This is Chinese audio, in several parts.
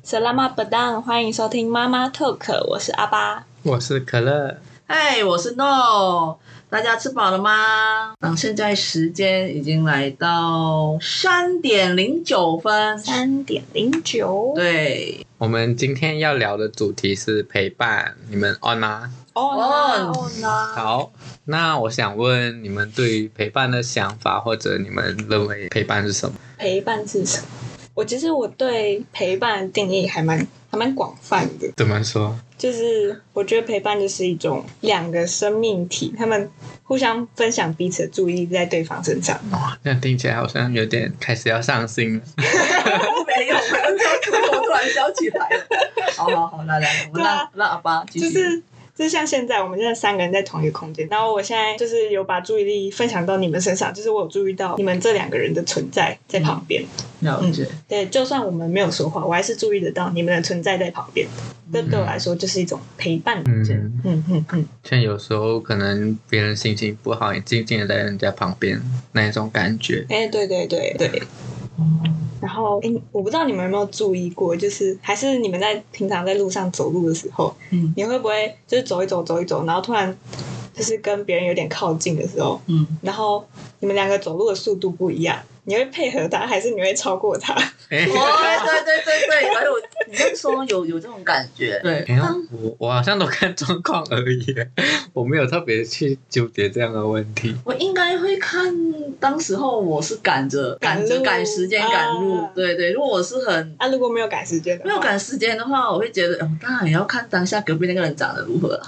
Selamat petang，欢迎收听妈妈 Talk， 我是阿巴， 我是可乐。 嗨，我是 No， 大家吃饱了吗？现在时间已经来到3:09。 3:09。 对， 我们今天要聊的主题是陪伴，你们 on 吗？ on 啊。 好，那我想问你们对于陪伴的想法，或者你们认为陪伴是什么？ 陪伴是什么？其实我对陪伴的定义还蛮广泛的。 怎么说？ 就是我觉得陪伴就是一种两个生命体，他们互相分享彼此的注意力在对方身上。 哇，这样听起来好像有点开始要上心了。 没有，我突然笑起来了。好，来，我们让阿巴继续。 就是像现在我们现在3个人在同一个空间，然后我现在就是有把注意力分享到你们身上，就是我有注意到你们这2个人的存在在旁边。 了解。 对，就算我们没有说话，我还是注意得到你们的存在在旁边。这对我来说就是一种陪伴。 像有时候可能别人心情不好，你静静的在人家旁边那一种感觉。 对。然后，我不知道你们有没有注意过，就是还是你们平常在路上走路的时候，你会不会就是走一走，然后突然就是跟别人有点靠近的时候，然后你们2个走路的速度不一样，你会配合他，还是你会超过他？ 对，还有你就说有这种感觉，对。 我好像都看状况而已，我没有特别去纠结这样的问题。 我应该会看，当时候我是赶时间赶路，对。如果我是如果没有赶时间的话，我会觉得，当然也要看当下隔壁那个人长得如何。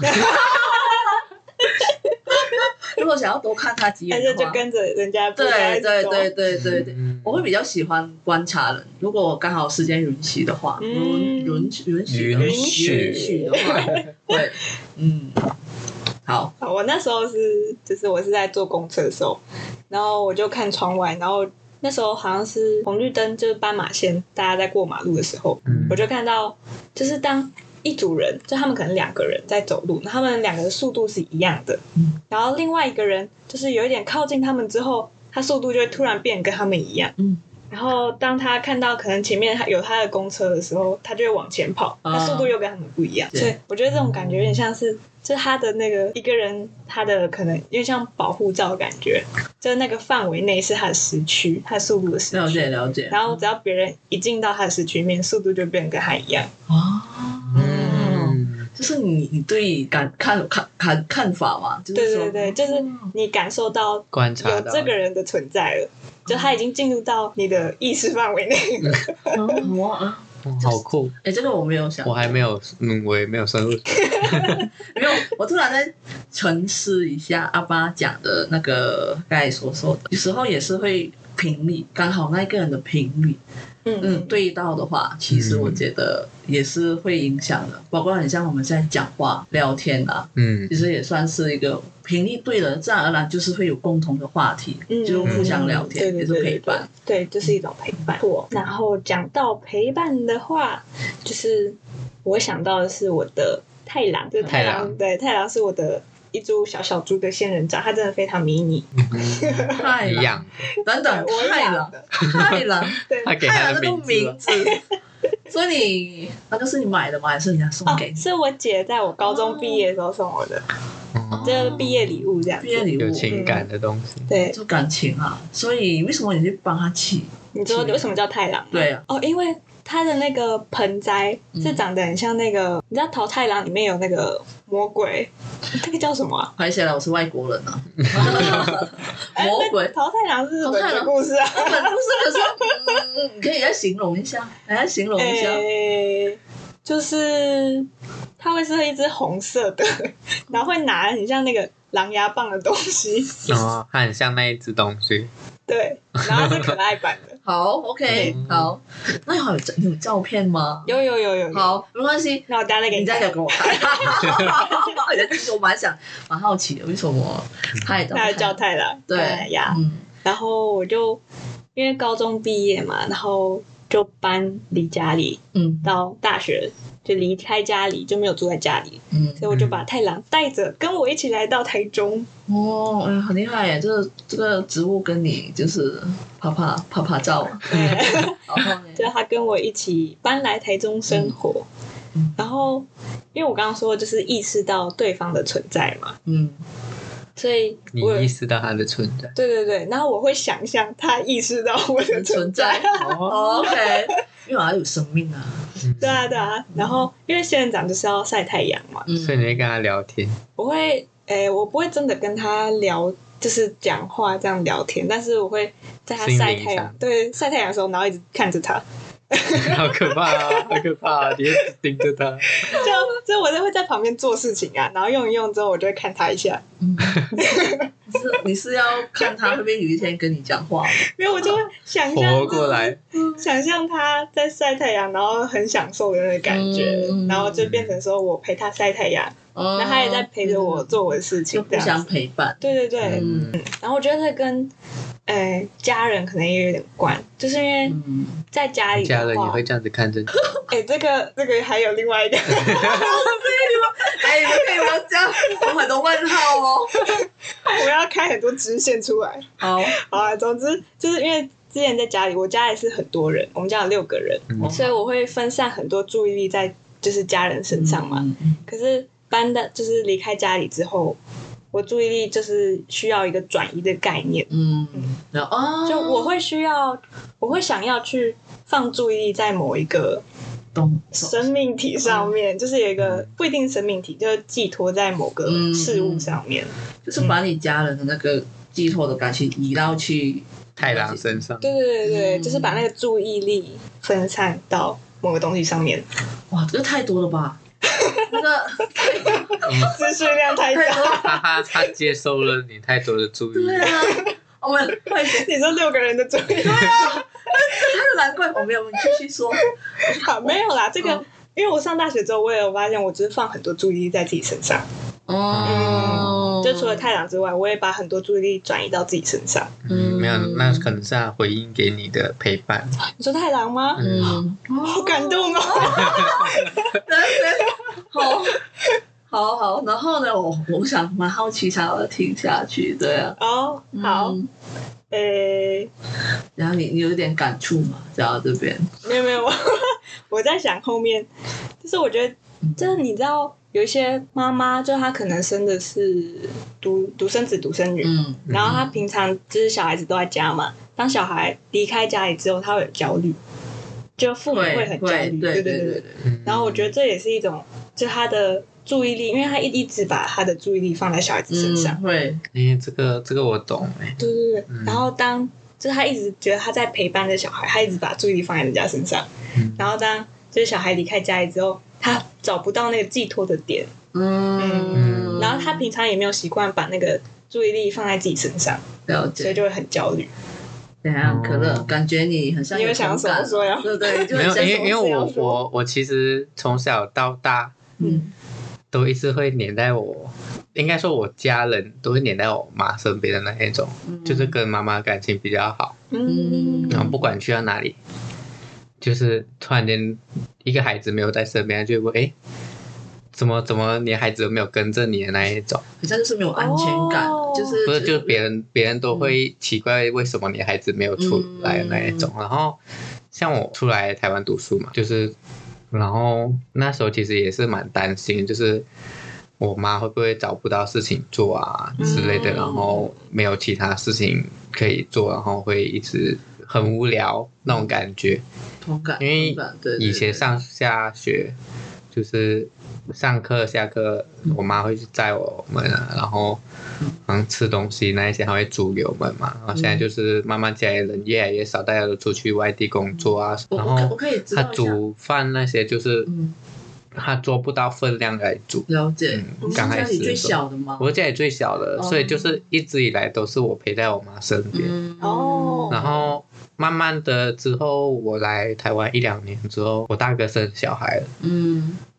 如果想要多看他几眼的话， 就跟着人家步对，我会比较喜欢观察人。如果我刚好时间允许的话，允许的话，会，好。 我那时候我是在坐公车的时候，然后我就看窗外，然后那时候好像是红绿灯，就是斑马线，大家在过马路的时候，我就看到，就是当一组人，就他们可能2个人在走路，他们2个的速度是一样的，然后另外一个人就是有一点靠近他们之后，他速度就会突然变跟他们一样，然后当他看到可能前面有他的公车的时候，他就会往前跑，他速度又跟他们不一样，所以我觉得这种感觉有点像是，就是他的那个一个人，他的可能有点像保护罩的感觉，就是那个范围内是他的时区，他速度的时区， 了解。 然后只要别人一进到他的时区里面，速度就变得跟他一样。 就是你对看法嘛，就是说对，就是你感受到观察到有这个人的存在了，就他已经进入到你的意识范围内了。 好酷！ 这个我没有想， 我还没有，我也没有深入。 没有，我突然在沉思一下阿巴讲的那个刚才所说的，有时候也是会频率刚好那个人的频率。对到的话，其实我觉得也是会影响的，包括很像我们现在讲话聊天啊，其实也算是一个频率对了，自然而然就是会有共同的话题，就互相聊天，也是陪伴。 对，就是一种陪伴。然后讲到陪伴的话，就是我想到的是我的太郎，就是太郎是我的一株小小株的仙人掌，它真的非常迷你。 太郎，等等，太郎， 他给他的名字。所以你那个是你买的吗？还是人家送给你？ 是我姐在我高中毕业的时候送我的，就是毕业礼物这样。 毕业礼物有情感的东西， 对， 就感情啊。所以为什么你去帮他起？ 你知道为什么叫太郎？ 对啊。 因为它的那个盆栽是长得很像那个，你知道桃太郎里面有那个魔鬼，那个叫什么？ 拍起来我是外国人啊。魔鬼桃太郎是日本的故事啊， 日本故事。可是你可以再形容一下， 就是它会是一只红色的，然后会拿很像那个狼牙棒的东西。 它很像那一只东西。 对，然后是可爱版的。 好 ，OK， 好。那有照片吗？ 有。 好，没关系。 那我待会给你再给我看。我蛮好奇的，为什么他叫太郎？ 对呀。然后我就因为高中毕业嘛，然后就搬离家里，到大学就离开家里，就没有住在家里，所以我就把太郎带着跟我一起来到台中。 哦，很厉害耶！这个植物跟你就是拍照， 就他跟我一起搬来台中生活，然后因为我刚刚说就是意识到对方的存在嘛，所以你意识到他的存在， 对，然后我会想象他意识到我的存在。 OK， 因为他有生命啊。 对啊，然后因为仙人掌就是要晒太阳嘛， 所以你会跟他聊天。 我不会真的跟他聊，就是讲话这样聊天，但是我会在他晒太阳，对，晒太阳的时候，然后一直看着他。 好可怕啊！好可怕啊！你盯着他， 就我就会在旁边做事情啊，然后用一用之后，我就会看他一下。 你是要看他会不会有一天跟你讲话吗？ 因为我就会想象活过来， 想象他在晒太阳，然后很享受的那个感觉，然后就变成说我陪他晒太阳，那他也在陪着我做我的事情， 就互相陪伴。 对，然后我觉得这跟家人可能也有点关，就是因为在家里的话， 家人也会这样子看着你。 这个还有另外一个， 你们可以不要这样，有很多问号哦。 我要开很多支线出来。好啊，总之就是因为之前在家里，我家里是很多人，我们家有6个人，所以我会分散很多注意力在就是家人身上嘛。可是就是离开家里之后，我注意力就是需要一个转移的概念。就我会想要去放注意力在某一个生命体上面，就是有一个不一定生命体，就是寄托在某个事物上面， 就是把你家人的那个寄托的感情移到去太郎身上。 对，就是把那个注意力分散到某个东西上面。 哇，这个太多了吧？那个资讯量太大， 他接收了你太多的注意力。 对啊，我们你说6个人的注意力， 对啊，太难怪我没有，你继续说。 好，没有啦，这个因为我上大学之后，我也有发现，我就是放很多注意力在自己身上。就除了太郎之外，我也把很多注意力转移到自己身上。 没有，那可能是他回应给你的陪伴。 你说太郎吗？好感动哦。 好，然后呢，我想蛮好奇，想要听下去，对啊。 好， 然后你有点感触嘛？讲到这边， 没有，我在想后面，就是我觉得，就是你知道，有一些妈妈，就她可能生的是独生子、独生女，然后她平常就是小孩子都在家嘛，当小孩离开家里之后，她会有焦虑，就父母会很焦虑，对。然后我觉得这也是一种，就她的注意力，因为他一直把他的注意力放在小孩子身上。 会， 这个我懂对。然后就是他一直觉得他在陪伴着小孩，他一直把注意力放在人家身上。然后当就是小孩离开家里之后，他找不到那个寄托的点。然后他平常也没有习惯把那个注意力放在自己身上， 了解， 所以就会很焦虑。 怎样，可乐？感觉你很像有同感，对， 没有，因为我其实从小到大，都一直会黏在我，应该说我家人都会黏在我妈身边的那一种，就是跟妈妈感情比较好。然后不管去到哪里，就是突然间一个孩子没有在身边，就会怎么你孩子都没有跟着你的那一种， 好像就是没有安全感，就是不是就别人都会奇怪为什么你孩子没有出来的那一种。然后像我出来台湾读书嘛，就是然后那时候其实也是蛮担心，就是我妈会不会找不到事情做啊之类的，然后没有其他事情可以做，然后会一直很无聊那种感觉。 同感， 因为以前上下学就是上课下课，我妈会去载我们啊，然后吃东西那一些还会煮给我们嘛。然后现在就是慢慢家里人越来越少，大家都出去外地工作啊，然后她煮饭那些就是她做不到分量来煮。 了解。 刚开始你是家里最小的吗？ 我是家里最小的，所以就是一直以来都是我陪在我妈身边。然后慢慢的之后，我来台湾1-2年之后，我大哥生小孩了。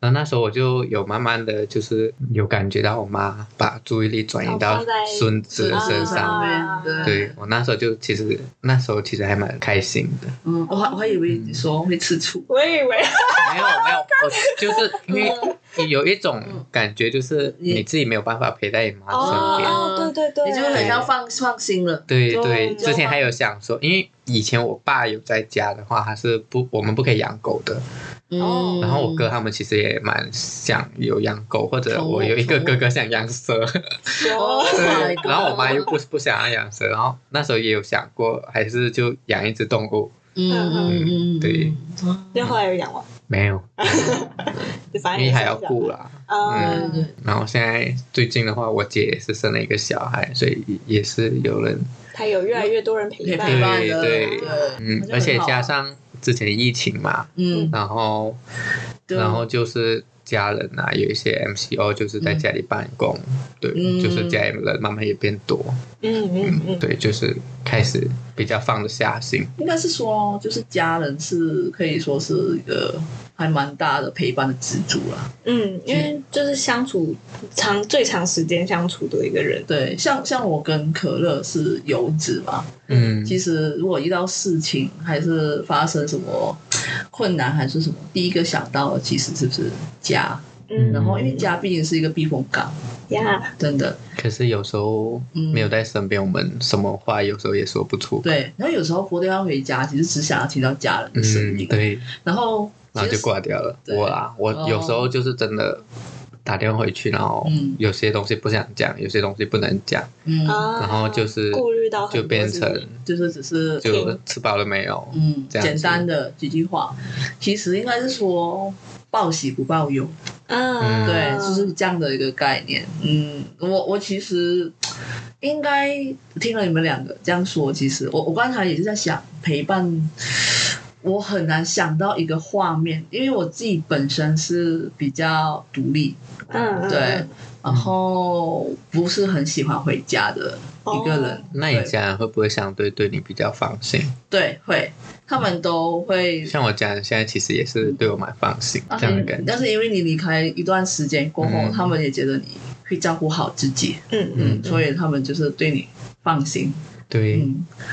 然后那时候我就有慢慢的就是有感觉到我妈把注意力转移到孙子的身上，对，我那时候其实还蛮开心的。 我还以为你说会吃醋， 我以为没有，我就是因为有一种感觉，就是你自己没有办法陪在你妈身边， 对， 你就很像放心了。 对，之前还有想说，因为以前我爸有在家的话，我们不可以养狗的。然后我哥他们其实也蛮想有养狗，或者我有一个哥哥想养蛇，对，然后我妈又不想要养蛇，然后那时候也有想过，还是就养一只动物。对。 那后来有养吗？ 没有，因为还要顾啦。然后现在最近的话，我姐也是生了一个小孩，所以也是有人， 她有越来越多人陪伴。 对，而且加上之前疫情嘛，然后就是家人啊，有一些 MCO 就是在家里办公，对，就是家里人慢慢也变多，对，就是开始比较放得下心。 应该是说，就是家人是可以说是一个还蛮大的陪伴的支柱啦。 因为就是相处最长时间相处的一个人。 对，像我跟可乐是游子嘛，其实如果遇到事情还是发生什么困难还是什么，第一个想到的其实是不是家？然后因为家毕竟是一个避风港呀， 真的。 可是有时候没有在身边，我们什么话有时候也说不出。 对，然后有时候拨电话回家，其实只想要听到家人的声音。 对， 然后就挂掉了。我有时候就是真的打电话回去，然后有些东西不想讲，有些东西不能讲，然后就是顾虑到就变成就是只是就吃饱了没有， 简单的几句话，其实应该是说报喜不报忧，对，就是这样的一个概念。我其实应该听了你们两个这样说，其实我刚才也是在想陪伴。我很难想到一个画面，因为我自己本身是比较独立，对，然后不是很喜欢回家的一个人。 那你家人会不会相对对你比较放心？ 对，会，他们都会。 像我家人现在其实也是对我蛮放心这样的感觉。 但是因为你离开一段时间过后，他们也觉得你会照顾好自己，所以他们就是对你放心。 对。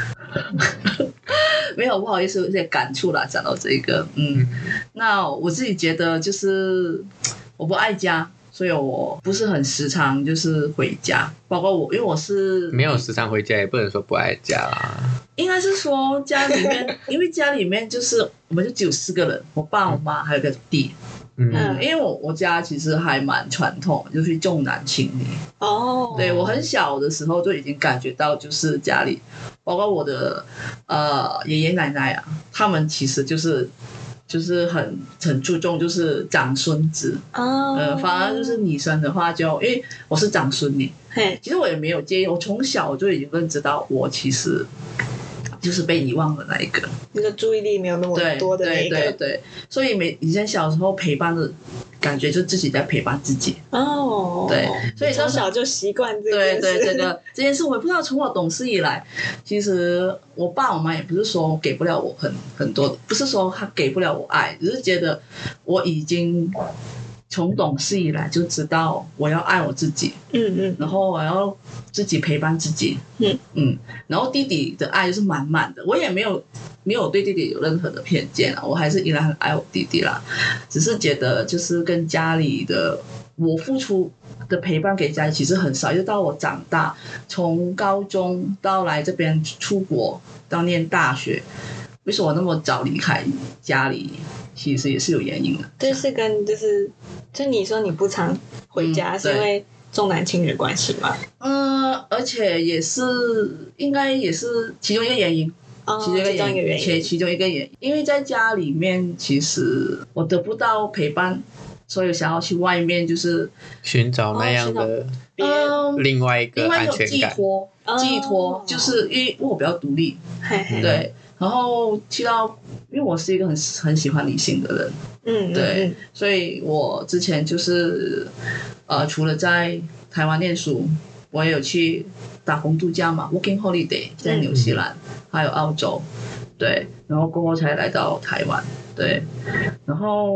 没有，不好意思，有些感触啦，讲到这个，那我自己觉得就是我不爱家，所以我不是很时常就是回家，包括我，因为我是没有时常回家，也不能说不爱家啦。 应该是说家里面，因为家里面就是我们就只有4个人，我爸、我妈还有个弟。因为我家其实还蛮传统，就是重男轻女。对，我很小的时候就已经感觉到，就是家里，包括我的爷爷奶奶啊，他们其实就是很注重就是长孙子。反而就是女生的话就，因为我是长孙女，其实我也没有介意，我从小就已经认知到我其实就是被遗忘的那一个， 那个注意力没有那么多的那一个。 对，所以以前小时候陪伴的感觉，就自己在陪伴自己。对，所以从小就习惯这件事。 对，这件事我也不知道，从我懂事以来，其实我爸我妈也不是说给不了我很多，不是说他给不了我爱，只是觉得我已经从懂事以来就知道我要爱我自己，然后我要自己陪伴自己，然后弟弟的爱就是满满的，我也没有对弟弟有任何的偏见啊，我还是依然很爱我弟弟啦，只是觉得就是跟家里的我付出的陪伴给家里其实很少，一直到我长大，从高中到来这边出国到念大学，为什么我那么早离开家里？其实也是有原因的， 就是跟就你说你不常回家，是因为重男轻女的关系吗？ 而且也是应该也是其中一个原因，其中一个原因，因为在家里面其实我得不到陪伴，所以想要去外面就是寻找那样的另外一个安全感， 寄托，就是因为我比较独立，对。然后去到，因为我是一个很喜欢理性的人，对，所以我之前就是除了在台湾念书，我也有去打工度假嘛 ，working holiday 在纽西兰，还有澳洲，对，然后过后才来到台湾，对，然后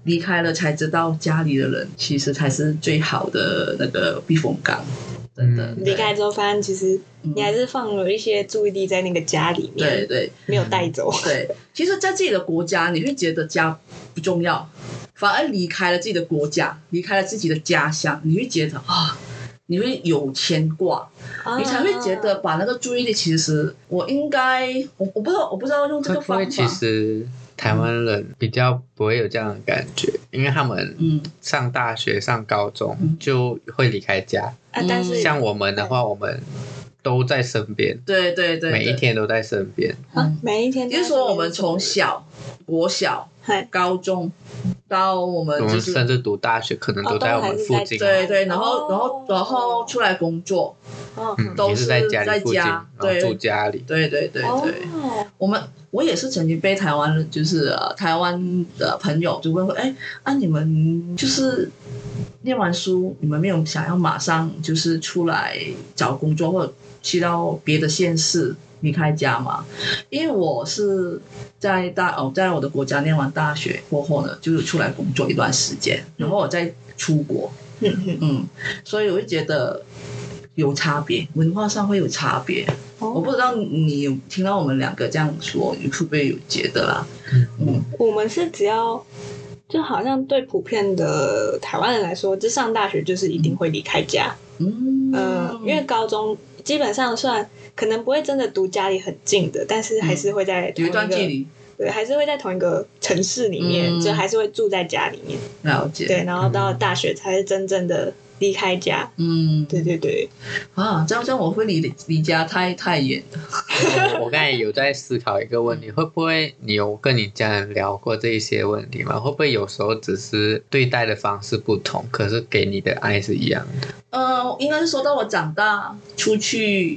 离开了才知道家里的人其实才是最好的那个避风港。真的， 离开之后发现其实你还是放了一些注意力在那个家里面， 对对， 没有带走。 对，其实在自己的国家你会觉得家不重要，反而离开了自己的国家，离开了自己的家乡，你会觉得你会有牵挂，你才会觉得把那个注意力，其实我应该，我不知道用这个方法。 其实台湾人比较不会有这样的感觉，因为他们上大学、上高中就会离开家。 但是像我们的话，我们都在身边， 对对对， 每一天都在身边。 每一天就是说我们从国小、高中到我们就是甚至读大学，可能都在我们附近。 对对，然后出来工作，都是在家里附近， 对， 住家里。 对对对对，我也是曾经被台湾人，就是台湾的朋友就问说，你们就是念完书，你们没有想要马上就是出来找工作，或者去到别的县市离开家吗？因为我是在我的国家念完大学过后呢，就是出来工作一段时间，然后我再出国，所以我会觉得有差别，文化上会有差别。我不知道你有听到我们两个这样说，你会不会有觉得啦？ 我们是只要就好像对普遍的台湾人来说，就上大学就是一定会离开家。因为高中基本上算可能不会真的读家里很近的，但是还是会在同有一段距离。 对，还是会在同一个城市里面，就还是会住在家里面。 了解。 对，然后到大学才是真正的离开家。对对对。 这样我会离家太远了。 我刚才有在思考一个问题，会不会你有跟你家人聊过这一些问题吗？会不会有时候只是对待的方式不同，可是给你的爱是一样的？ 应该是说到我长大出去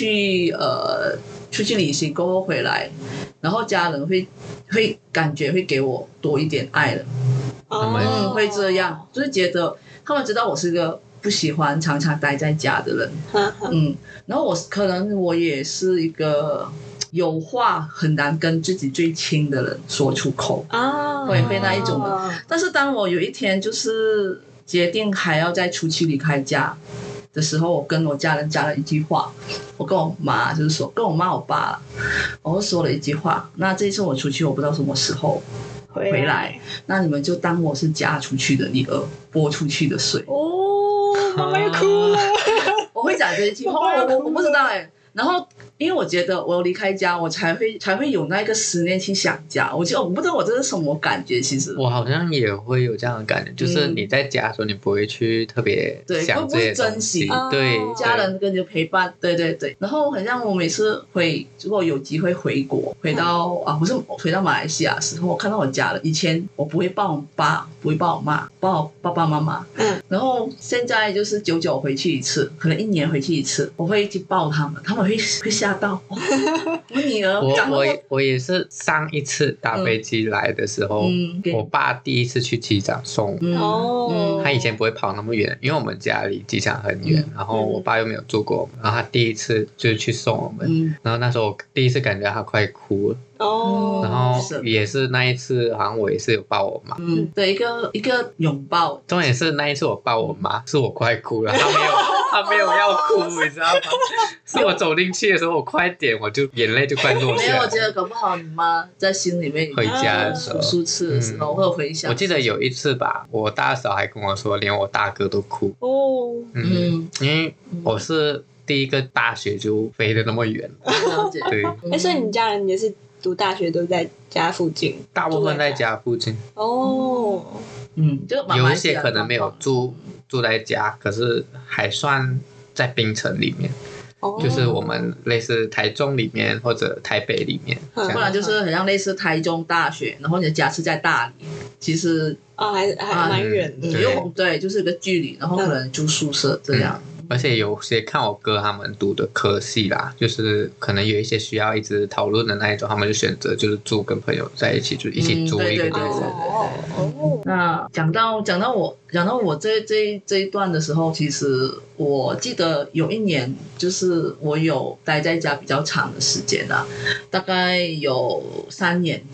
旅行过后回来，然后家人会感觉会给我多一点爱了。会这样，就是觉得他们知道我是个不喜欢常常待在家的人。然后我也是一个有话很难跟自己最亲的人说出口会那一种的。但是当我有一天就是决定还要再出去离开家的时候，我跟我家人讲了一句话，我跟我妈就是说，跟我妈我爸，我说了一句话，那这一次我出去我不知道什么时候回来，那你们就当我是嫁出去的女儿，泼出去的水。 妈妈要哭了。 我会讲这一句话，我不知道然后因为我觉得我离开家，我才会有那个思念去想家。我不知道我这是什么感觉，其实我好像也会有这样的感觉，就是你在家的时候，你不会去特别想这些东西，对家人跟你的陪伴，对对对。然后很像我每次如果有机会回国，回到不是回到马来西亚的时候，我看到我家人，以前我不会抱我爸，不会抱我妈，抱我爸爸妈妈，然后现在就是久久回去一次，可能1年回去一次，我会去抱他们，他们会吓到我女儿。 我也是上一次搭飞机来的时候，我爸第一次去机场送我。他以前不会跑那么远，因为我们家离机场很远，然后我爸又没有住过，然后他第一次就去送我们，然后那时候我第一次感觉他快哭了。然后也是那一次，好像我也是有抱我妈。 的一个拥抱。 重点是那一次我抱我妈，是我快哭了，他没有要哭，你知道吗？是我走进去的时候，我快点，我就眼泪就快落下来。 没有，我觉得搞不好你妈在心里面回家的时候， 无数次的时候会有回想。 我记得有一次吧，我大嫂还跟我说，连我大哥都哭。因为我是第一个大学就飞得那么远。 对。 所以你家人也是读大学都在家附近？ 大部分在家附近。 就有一些可能没有住在家，可是还算在槟城里面。就是我们类似台中里面或者台北里面， 不然就是很像类似台中大学，然后你的家是在大理，其实还蛮远的。 对，就是一个距离，然后可能住宿舍这样。 而且有些看我哥他们读的科系啦，就是可能有一些需要一直讨论的那一种，他们就选择就是住跟朋友在一起，就一起租一个地方。 那讲到我这一段的时候，其实我记得有一年，就是我有待在家比较长的时间啦，大概有3年。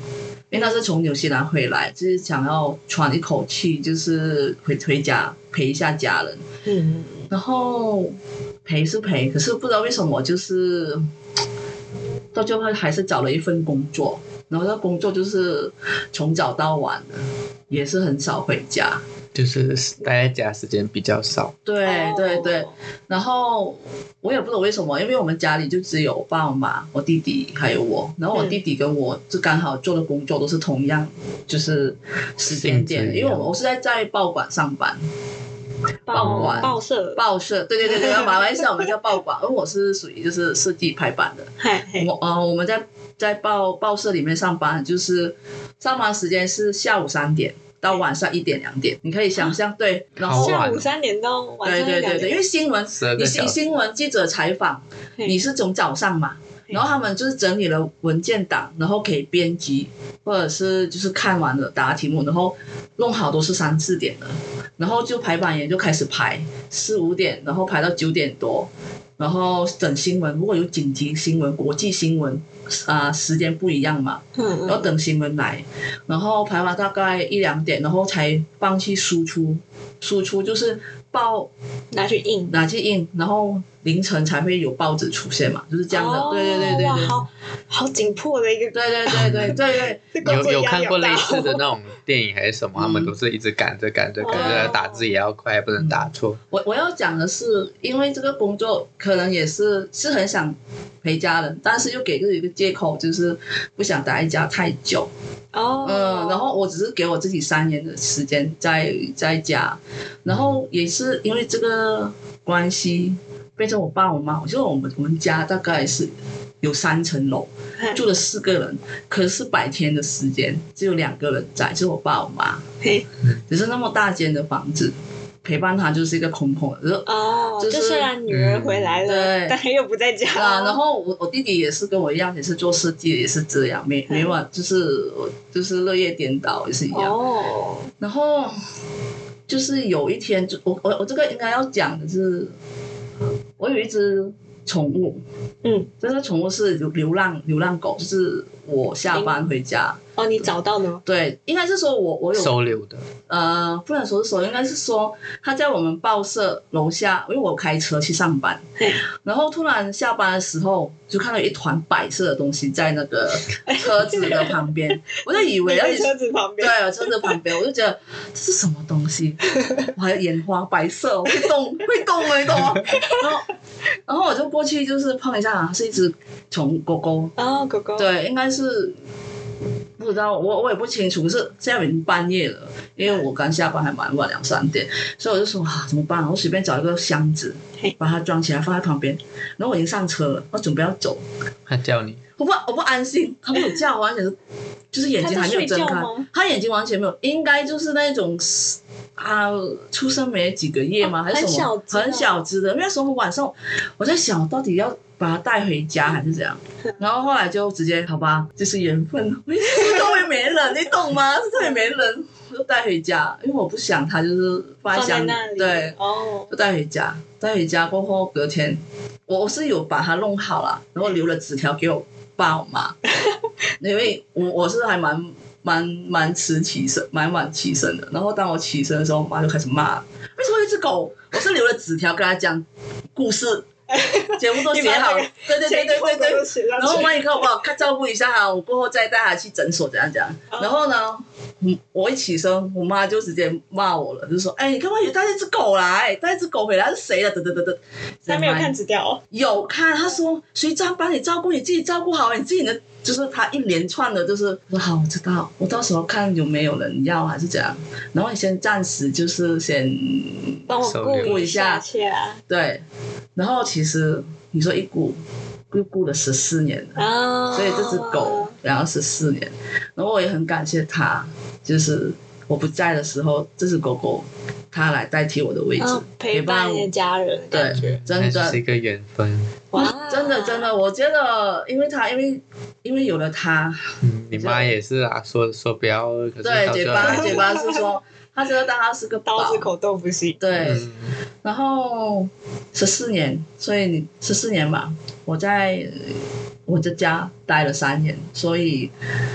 因为他是从纽西兰回来，就是想要喘一口气，就是回家陪一下家人。然后陪是陪，可是不知道为什么，就是到最后还是找了一份工作，然后那工作就是从早到晚的，也是很少回家。 就是待在家时间比较少。 对对对，然后我也不懂为什么，因为我们家里就只有我爸我妈、我弟弟还有我，然后我弟弟跟我就刚好做的工作都是同样，就是时间点，因为我是在报馆上班。 报社，对，马来西亚我们叫报馆，而我是属于就是设计排版的。我们在报社里面上班，就是上班时间是下午3点。到晚上1点2点，你可以想象，对，然后下午3点到晚上1点， 对，因为新闻记者采访，你是从早上嘛，然后他们就是整理了文件档，然后可以编辑，或者是就是看完了答题目，然后弄好都是3、4点了，然后就排版员就开始排4、5点，然后排到9点多，然后等新闻，如果有紧急新闻、国际新闻。时间不一样嘛，然后等新闻来，然后排完大概1、2点，然后才放弃输出就是报拿去印， 然后凌晨才会有报纸出现嘛，就是这样的。对， 哇，好紧迫的一个。 对， 有看过类似的那种电影还是什么？他们都是一直赶着，打字也要快，不能打错。 我要讲的是，因为这个工作可能也是很想陪家人，但是又给自己一个借口，就是不想待在家太久。然后我只是给我自己3年的时间在家，然后也是因为这个关系，变成我爸我妈，就我们家大概是有3层楼，住了4个人，可是白天的时间只有2个人在，就是我爸我妈，只是那么大间的房子。陪伴他就是一个空空的， 就虽然女儿回来了，但又不在家。 然后我弟弟也是跟我一样，也是做设计的，也是这样，每晚就是日夜颠倒，也是一样。然后就是有一天，我这个应该要讲的是，我有一只宠物，这个宠物是流浪狗，就是我下班回家。 你找到的吗？ 对，应该是说我有收留的。 不能说是收留，应该是说他在我们报社楼下，因为我开车去上班，然后突然下班的时候就看到一团白色的东西在那个车子的旁边，我就以为车子旁边， 对，车子旁边，我就觉得这是什么东西，我还眼花，白色，会动，你懂吗？然后我就过去就是碰一下，是一只狗狗。 狗狗。 对，应该是。不知道，我也不清楚，可是现在已经半夜了，因为我刚下班还蛮晚，2、3点，所以我就说怎么办？我随便找一个箱子，把它装起来放在旁边，然后我已经上车了，我准备要走。 他叫你？ 我不安心，他没有叫，完全是就是眼睛还没有睁开，他眼睛完全没有，应该就是那种出生没几个月吗？还是什么很小只的？因为那时候晚上我在想，我到底要把它带回家还是怎样？然后后来就直接好吧，就是缘分，周围没人，你懂吗？周围没人，我就带回家，因为我不想它就是放在箱里，对，就带回家。带回家过后，隔天我是有把它弄好了，然后留了纸条给我爸我妈，因为我是还蛮迟起身，蛮晚起身的。然后当我起身的时候，我妈就开始骂，为什么有一只狗？我是留了纸条跟她讲故事。节目都写好，对，然后我妈也可以帮我照顾一下哈，我过后再带她去诊所怎样。然后呢，我一起身，我妈就直接骂我了，就说：“你干嘛也带一只狗来？带一只狗回来是谁的？” 她没有看纸条， 有看，她说：“谁帮你照顾？你自己照顾好，你自己的。”就是他一连串的，就是说好，我知道，我到时候看有没有人要还是怎样，然后你先暂时就是先帮我顾一下， 对，然后其实你说一顾了14年了，所以这只狗养了14年，然后我也很感谢他，就是我不在的时候，这只狗狗它来代替我的位置， 陪伴你的家人， 对，真的是一个缘分。 哇，真的，我觉得，因为有了他， 你妈也是啊，说不要，可是对，嘴巴是说，他觉得当他是个刀子口豆腐心， 对，然后14年，所以14年嘛，我在我的家待了3年，所以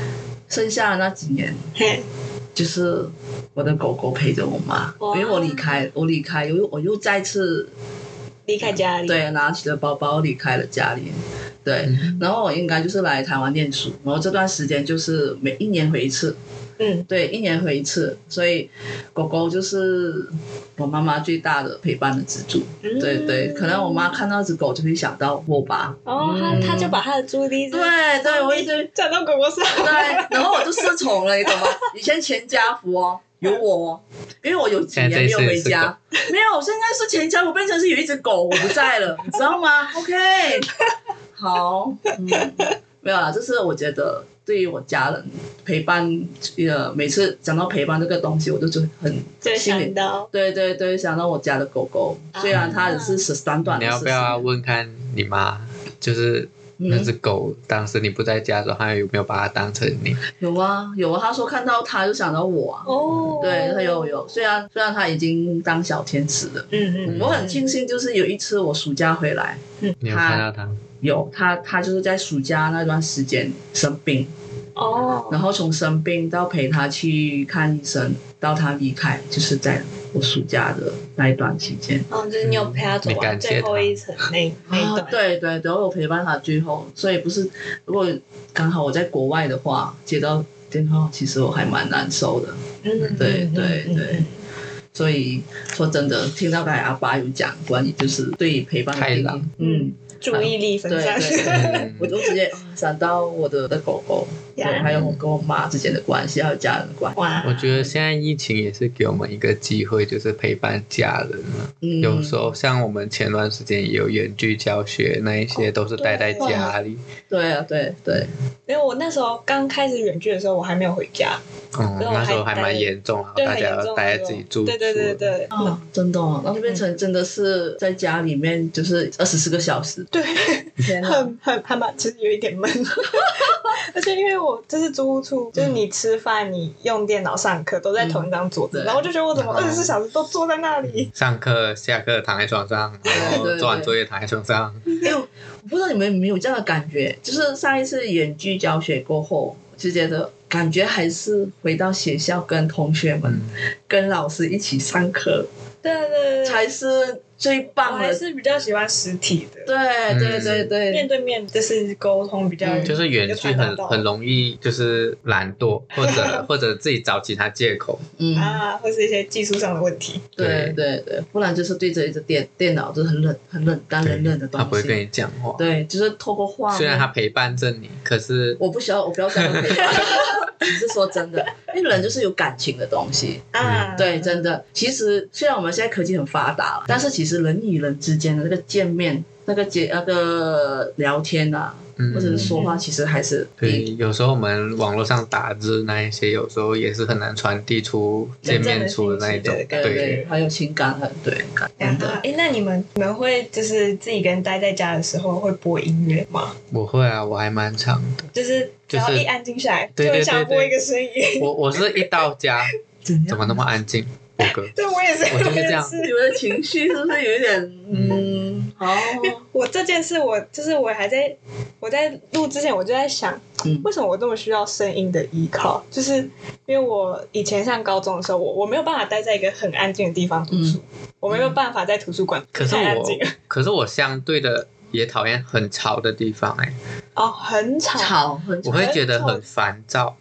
剩下的那几年，就是我的狗狗陪着我妈，因为我离开，我又再次离开家里， 对，拿起了包包离开了家里，对，然后我应该就是来台湾念书，然后这段时间就是每一年回一次。对，1年回一次，所以狗狗就是我妈妈最大的陪伴的支柱。对对，可能我妈看到只狗就会想到我吧。 她就把她的注意力对，我一直转到狗狗上。 对，然后我就失宠了，你懂吗？以前全家福有我因为我有几年没有回家，没有，现在是全家福变成是有一只狗我不在了，你知道吗 ？OK， 好，没有啦，这是我觉得。对于我家人陪伴，每次讲到陪伴这个东西，我就很心里对，想到我家的狗狗，虽然它只是短短的。 你要不要问看你妈，就是那只狗，当时你不在家的时候，她有没有把它当成你？ 有啊，她说看到它就想到我啊。对，她有，虽然它已经当小天使了。我很庆幸，就是有一次我暑假回来， 你有看到它？ 有，他就是在暑假那段时间生病，然后从生病到陪他去看医生，到他离开，就是在我暑假的那一段期间。 就是你有陪他走完最后一层那一段。 对，我有陪伴他最后，所以不是，如果刚好我在国外的话，接到电话，其实我还蛮难受的。对。所以说真的，听到刚才阿爸有讲关于就是对于陪伴的定义， 注意力分散， 我就直接想到我的狗狗，对，还有我跟我妈之间的关系，还有家人的关系。 我觉得现在疫情也是给我们一个机会，就是陪伴家人了。有时候像我们前段时间也有远距教学，那一些都是待在家里。 对啊，对。 因为我那时候刚开始远距的时候，我还没有回家。 那时候还蛮严重啊，大家要待在自己住处。 对。 真的，然后就变成真的是在家里面就是24个小时。 对，还蛮，其实有一点闷。而且因为我就是租屋处，就是你吃饭、你用电脑、上课都在同一张桌子，然后我就觉得我怎么24小时都坐在那里， 上课、下课躺在床上，然后做完作业躺在床上。 我不知道你们有没有这样的感觉，就是上一次远距教学过后，就觉得感觉还是回到学校跟同学们、跟老师一起上课， 对， 才是最棒的。 我还是比较喜欢实体的。 对， 面对面就是沟通比较。 就是远距很容易就是懒惰，或者自己找其他借口。 或是一些技术上的问题。 对，不然就是对着一个电脑，就是很冷淡的东西。 他不会跟你讲话。 对，就是透过画面。 虽然他陪伴着你，可是我不要这样陪伴。只是说真的，因为人就是有感情的东西对，真的。其实虽然我们现在科技很发达，但是其实人与人之间的那个见面、那个聊天啊，或者是说话，其实还是对。有时候我们网络上打字那一些，有时候也是很难传递出见面出的那一种， 对，还有情感很对。真的。 那你们会就是自己一个人待在家的时候会播音乐吗？ 我会啊，我还蛮常的。 就是只要一安静下来，就会想播一个声音。 我是一到家，怎么那么安静？ 对，我也是， 我就是这样。 你们的情绪是不是有一点我这件事，我在录之前，我就在想，为什么我这么需要声音的依靠？就是因为我以前上高中的时候，我没有办法待在一个很安静的地方读书，我没有办法在图书馆太安静。 可是我相对的也讨厌很吵的地方很吵， 我会觉得很烦躁。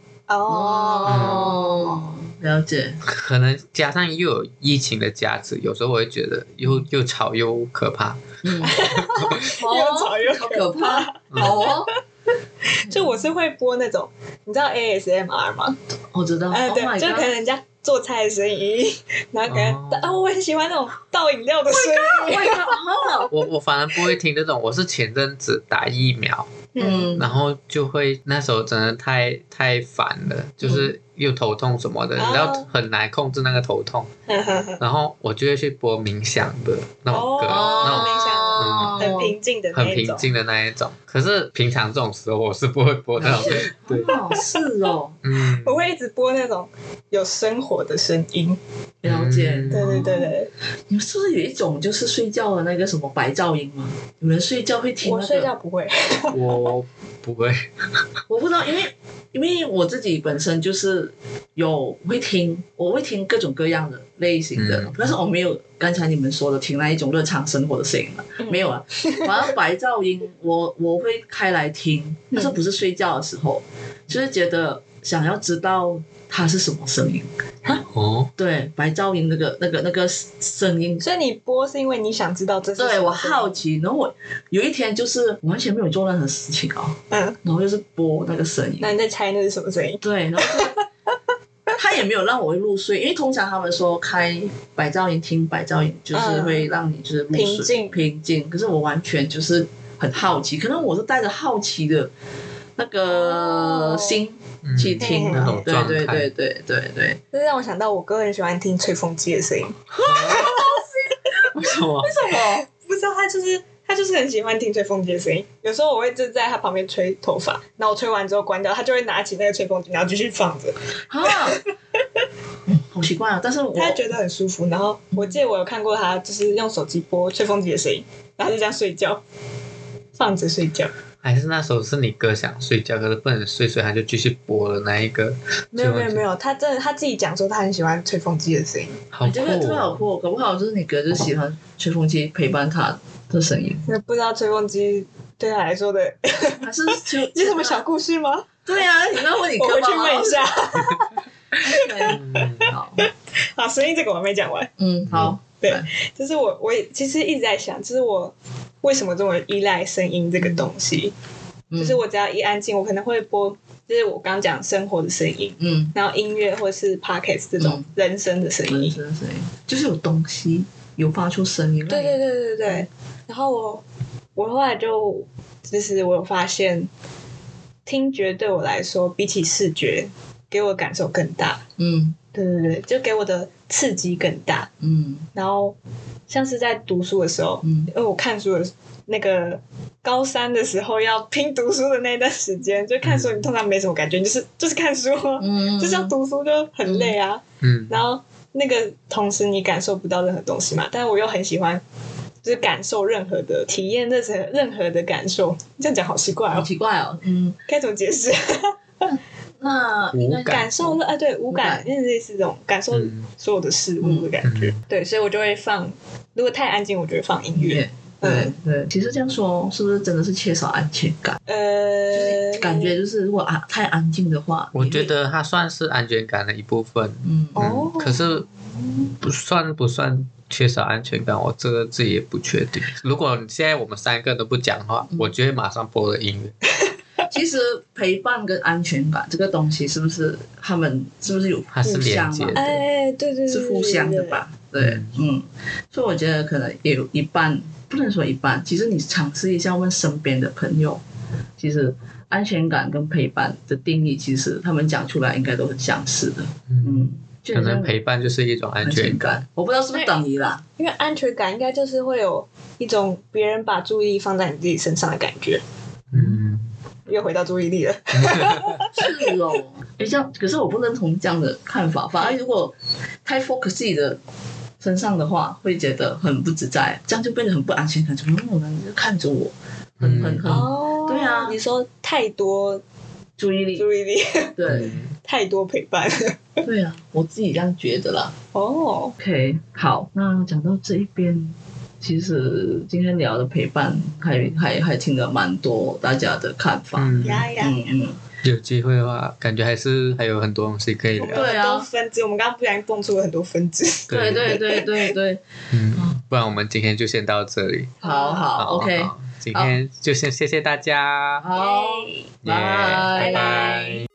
了解。 可能加上又有疫情的加持，有时候我会觉得又吵又可怕。 又吵又可怕。 好就我是会播那种，你知道 ASMR 吗？ 我知道。 对，就可能人家做菜的声音，然后可能我很喜欢那种倒饮料的声音。 我反而不会听这种，我是前阵子打疫苗。然后就会那时候真的太烦了，就是又头痛什么的，你知道很难控制那个头痛。然后我就会去播冥想的那种歌，那种冥想很平静的那一种， 很平静的那一种。可是平常这种时候我是不会播那种。对， 是哦。 我会一直播那种有生活的声音。 了解。 对。 你们是不是有一种就是睡觉的那个什么白噪音吗？有人睡觉会听那个？ 我睡觉不会。 我不会。 我不知道，因为因为我自己本身就是我会听各种各样的类型的，但是我没有刚才你们说的听那一种日常生活的声音嘛，没有啊。反正白噪音我会开来听，但是不是睡觉的时候，就是觉得想要知道它是什么声音。 哦， 对，白噪音那个声音， 所以你播是因为你想知道这是什么声音？ 对，我好奇，然后我有一天就是完全没有做任何事情哦，然后就是播那个声音。 那你在猜那是什么声音？ 对，然后他也没有让我入睡，因为通常他们说开白噪音听白噪音就是会让你就是入睡平静，可是我完全就是很好奇，可能我是带着好奇的那个心。去听那种状态， 对， 这让我想到我哥很喜欢听吹风机的声音。 为什么？ 不知道，他就是很喜欢听吹风机的声音。有时候我会就在他旁边吹头发，然后我吹完之后关掉，他就会拿起那个吹风机，然后继续放着。 好奇怪啊！但是他觉得很舒服。然后我记得我有看过他，就是用手机播吹风机的声音，然后就这样睡觉，放着睡觉。 还是那时候是你哥想睡觉，可是不能睡，所以他就继续播了那一个。 没有，他自己讲说他很喜欢吹风机的声音。 好酷， 这个好酷，搞不好就是你哥就喜欢吹风机陪伴他的声音。 不知道吹风机对他来说的， 还是有什么小故事吗？ 对啊，你要问你哥吗？ 我回去问一下。好，声音这个我还没讲完。 好。 对，就是我其实一直在想，就是我为什么这么依赖声音这个东西。就是我只要一安静，我可能会播，就是我刚刚讲生活的声音，然后音乐或是 podcast 这种人声的声音， 人声的声音就是有东西有发出声音。 对。然后我后来就是我有发现，听觉对我来说比起视觉给我的感受更大。对，就给我的刺激更大。然后像是在读书的时候，因为我看书的那个高三的时候要拼读书的那段时间，就看书你通常没什么感觉，就是看书，就是要读书就很累啊。然后那个同时你感受不到任何东西嘛，但是我又很喜欢。就是感受任何的体验，任何的感受，这样讲好奇怪哦， 好奇怪哦， 该怎么解释？ 那感受对无感，类似这种感受所有的事物的感觉。对，所以我就会放，如果太安静，我就会放音乐。 对，其实这样说是不是真的是缺少安全感？就是感觉就是如果太安静的话， 我觉得它算是安全感的一部分。可是不算缺少安全感，我这个自己也不确定。如果现在我们三个都不讲话，我就会马上播了音乐。 其实陪伴跟安全感这个东西，是不是他们是不是有它是互相嘛？ 对， 是互相的吧？对，所以我觉得可能也有一半，不能说一半。其实你尝试一下问身边的朋友，其实安全感跟陪伴的定义，其实他们讲出来应该都很相似的。 可能陪伴就是一种安全感， 我不知道是不是等于啦。 因为安全感应该就是会有一种别人把注意力放在你自己身上的感觉。又回到注意力了。 是哦，这样可是我不认同这样的看法。反而如果太 focus 自己的身上的话，会觉得很不自在，这样就变得很不安全感。怎么有人就看着我，很对啊。 你说太多注意力，对， 太多陪伴。 对啊，我自己这样觉得啦。OK， 好，那讲到这一边。其实今天聊的陪伴还听了蛮多大家的看法。 有机会的话，感觉还有很多东西可以聊。 对啊，很多分支，我们刚刚不小心蹦出了很多分支。 对。 不然我们今天就先到这里。 好 ，OK。 今天就先谢谢大家。 好，拜拜。